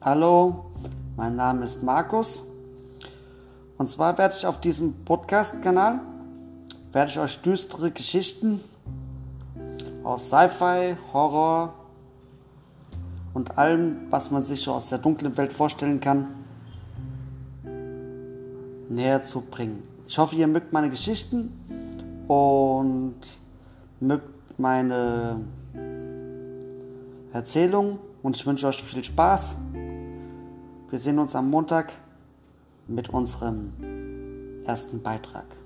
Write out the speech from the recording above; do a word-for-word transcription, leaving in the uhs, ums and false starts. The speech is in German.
Hallo, mein Name ist Markus und zwar werde ich auf diesem Podcast-Kanal werde ich euch düstere Geschichten aus Sci-Fi, Horror und allem, was man sich so aus der dunklen Welt vorstellen kann, näher zu bringen. Ich hoffe, ihr mögt meine Geschichten und mögt meine Erzählung und ich wünsche euch viel Spaß. Wir sehen uns am Montag mit unserem ersten Beitrag.